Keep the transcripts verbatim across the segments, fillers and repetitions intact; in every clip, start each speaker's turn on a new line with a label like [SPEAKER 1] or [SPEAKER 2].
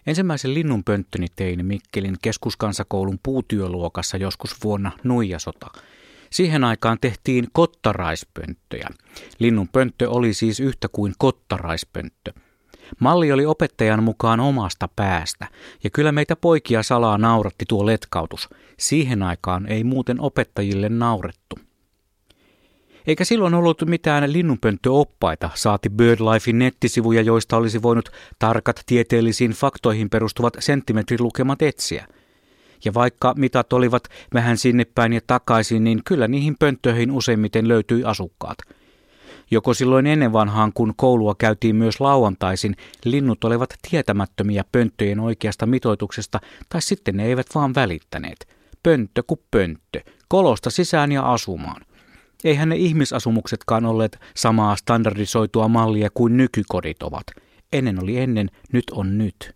[SPEAKER 1] Ensimmäisen linnunpönttöni tein Mikkelin keskuskansakoulun puutyöluokassa joskus vuonna nuijasota. Siihen aikaan tehtiin kottaraispönttöjä. Linnunpönttö oli siis yhtä kuin kottaraispönttö. Malli oli opettajan mukaan omasta päästä, ja kyllä meitä poikia salaa nauratti tuo letkautus. Siihen aikaan ei muuten opettajille naurettu. Eikä silloin ollut mitään linnunpönttöoppaita, saati BirdLifein nettisivuja, joista olisi voinut tarkat tieteellisiin faktoihin perustuvat senttimetrilukemat etsiä. Ja vaikka mitat olivat vähän sinne päin ja takaisin, niin kyllä niihin pönttöihin useimmiten löytyi asukkaat. Joko silloin ennen vanhaan, kun koulua käytiin myös lauantaisin, linnut olivat tietämättömiä pönttöjen oikeasta mitoituksesta, tai sitten ne eivät vaan välittäneet. Pönttö kuin pönttö, kolosta sisään ja asumaan. Eihän ne ihmisasumuksetkaan olleet samaa standardisoitua mallia kuin nykykodit ovat. Ennen oli ennen, nyt on nyt.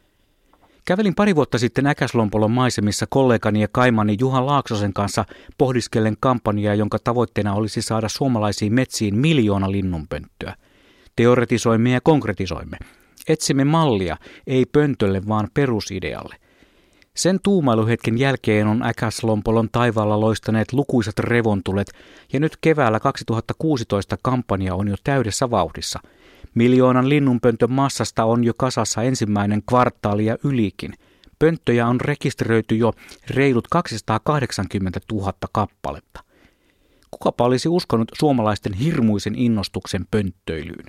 [SPEAKER 1] Kävelin pari vuotta sitten Äkäslompolon maisemissa kollegani ja kaimani Juha Laaksosen kanssa pohdiskellen kampanjaa, jonka tavoitteena olisi saada suomalaisiin metsiin miljoona linnunpönttöä. Teoretisoimme ja konkretisoimme. Etsimme mallia, ei pöntölle, vaan perusidealle. Sen tuumailuhetken jälkeen on Äkäslompolon taivaalla loistaneet lukuisat revontulet, ja nyt keväällä kaksituhattakuusitoista kampanja on jo täydessä vauhdissa. Miljoonan linnunpöntön massasta on jo kasassa ensimmäinen kvartaali ja ylikin. Pönttöjä on rekisteröity jo reilut kaksisataakahdeksankymmentätuhatta kappaletta. Kukapa olisi uskonut suomalaisten hirmuisen innostuksen pönttöilyyn?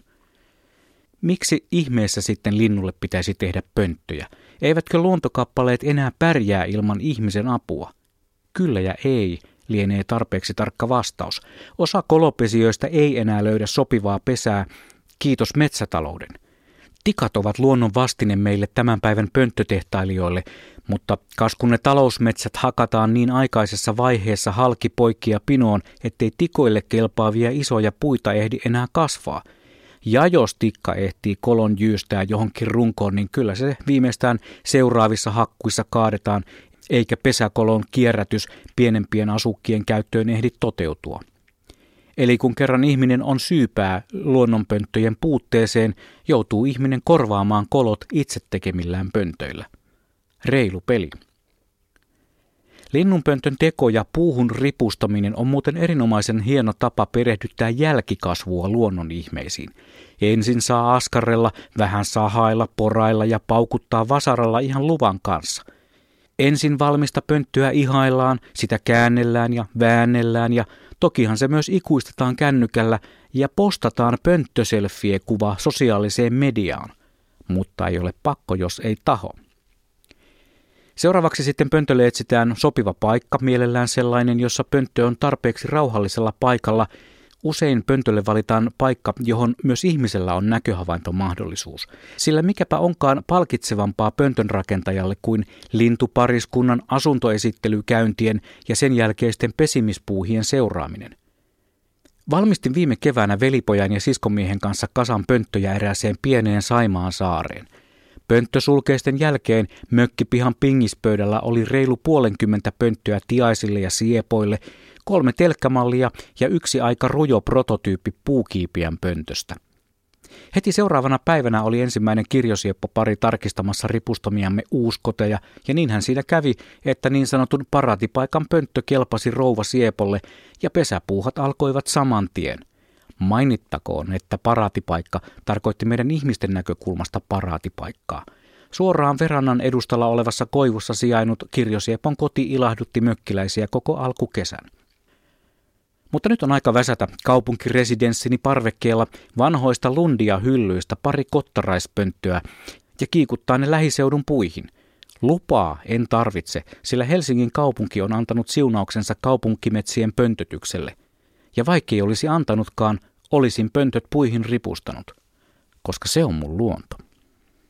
[SPEAKER 1] Miksi ihmeessä sitten linnulle pitäisi tehdä pönttöjä? Eivätkö luontokappaleet enää pärjää ilman ihmisen apua? Kyllä ja ei, lienee tarpeeksi tarkka vastaus. Osa kolopesijöistä ei enää löydä sopivaa pesää, kiitos metsätalouden. Tikat ovat luonnon vastine meille tämän päivän pönttötehtailijoille, mutta kas kun ne talousmetsät hakataan niin aikaisessa vaiheessa halki poikki ja pinoon, ettei tikoille kelpaavia isoja puita ehdi enää kasvaa. Ja jos tikka ehtii kolon jyystää johonkin runkoon, niin kyllä se viimeistään seuraavissa hakkuissa kaadetaan, eikä pesäkolon kierrätys pienempien asukkien käyttöön ehdi toteutua. Eli kun kerran ihminen on syypää luonnonpönttöjen puutteeseen, joutuu ihminen korvaamaan kolot itse tekemillään pöntöillä. Reilu peli. Linnunpöntön teko ja puuhun ripustaminen on muuten erinomaisen hieno tapa perehdyttää jälkikasvua luonnon ihmeisiin. Ensin saa askarrella, vähän sahailla, porailla ja paukuttaa vasaralla ihan luvan kanssa. Ensin valmista pönttöä ihaillaan, sitä käännellään ja väännellään ja tokihan se myös ikuistetaan kännykällä ja postataan pönttöselfie-kuva sosiaaliseen mediaan. Mutta ei ole pakko, jos ei taho. Seuraavaksi sitten pöntölle etsitään sopiva paikka, mielellään sellainen, jossa pönttö on tarpeeksi rauhallisella paikalla. Usein pöntölle valitaan paikka, johon myös ihmisellä on näköhavaintomahdollisuus. Sillä mikäpä onkaan palkitsevampaa pöntön rakentajalle kuin lintupariskunnan asuntoesittelykäyntien ja sen jälkeisten pesimispuuhien seuraaminen. Valmistin viime keväänä velipojan ja siskonmiehen kanssa kasan pönttöjä erääseen pieneen Saimaan saareen. Pönttösulkeisten jälkeen mökkipihan pingispöydällä oli reilu puolenkymmentä pönttöä tiaisille ja siepoille, kolme telkkämallia ja yksi aika rujo prototyyppi puukiipiän pöntöstä. Heti seuraavana päivänä oli ensimmäinen kirjosieppopari tarkistamassa ripustamiamme uuskoteja, ja niinhän siinä kävi, että niin sanotun paraatipaikan pönttö kelpasi rouva siepolle, ja pesäpuuhat alkoivat saman tien. Mainittakoon, että paraatipaikka tarkoitti meidän ihmisten näkökulmasta paraatipaikkaa. Suoraan verannan edustalla olevassa koivussa sijainnut kirjosiepon koti ilahdutti mökkiläisiä koko alkukesän. Mutta nyt on aika väsätä kaupunkiresidenssini parvekkeella vanhoista lundia hyllyistä pari kottaraispönttöä ja kiikuttaa ne lähiseudun puihin. Lupaa en tarvitse, sillä Helsingin kaupunki on antanut siunauksensa kaupunkimetsien pöntötykselle. Ja vaikkei olisi antanutkaan, olisin pöntöt puihin ripustanut, koska se on mun luonto.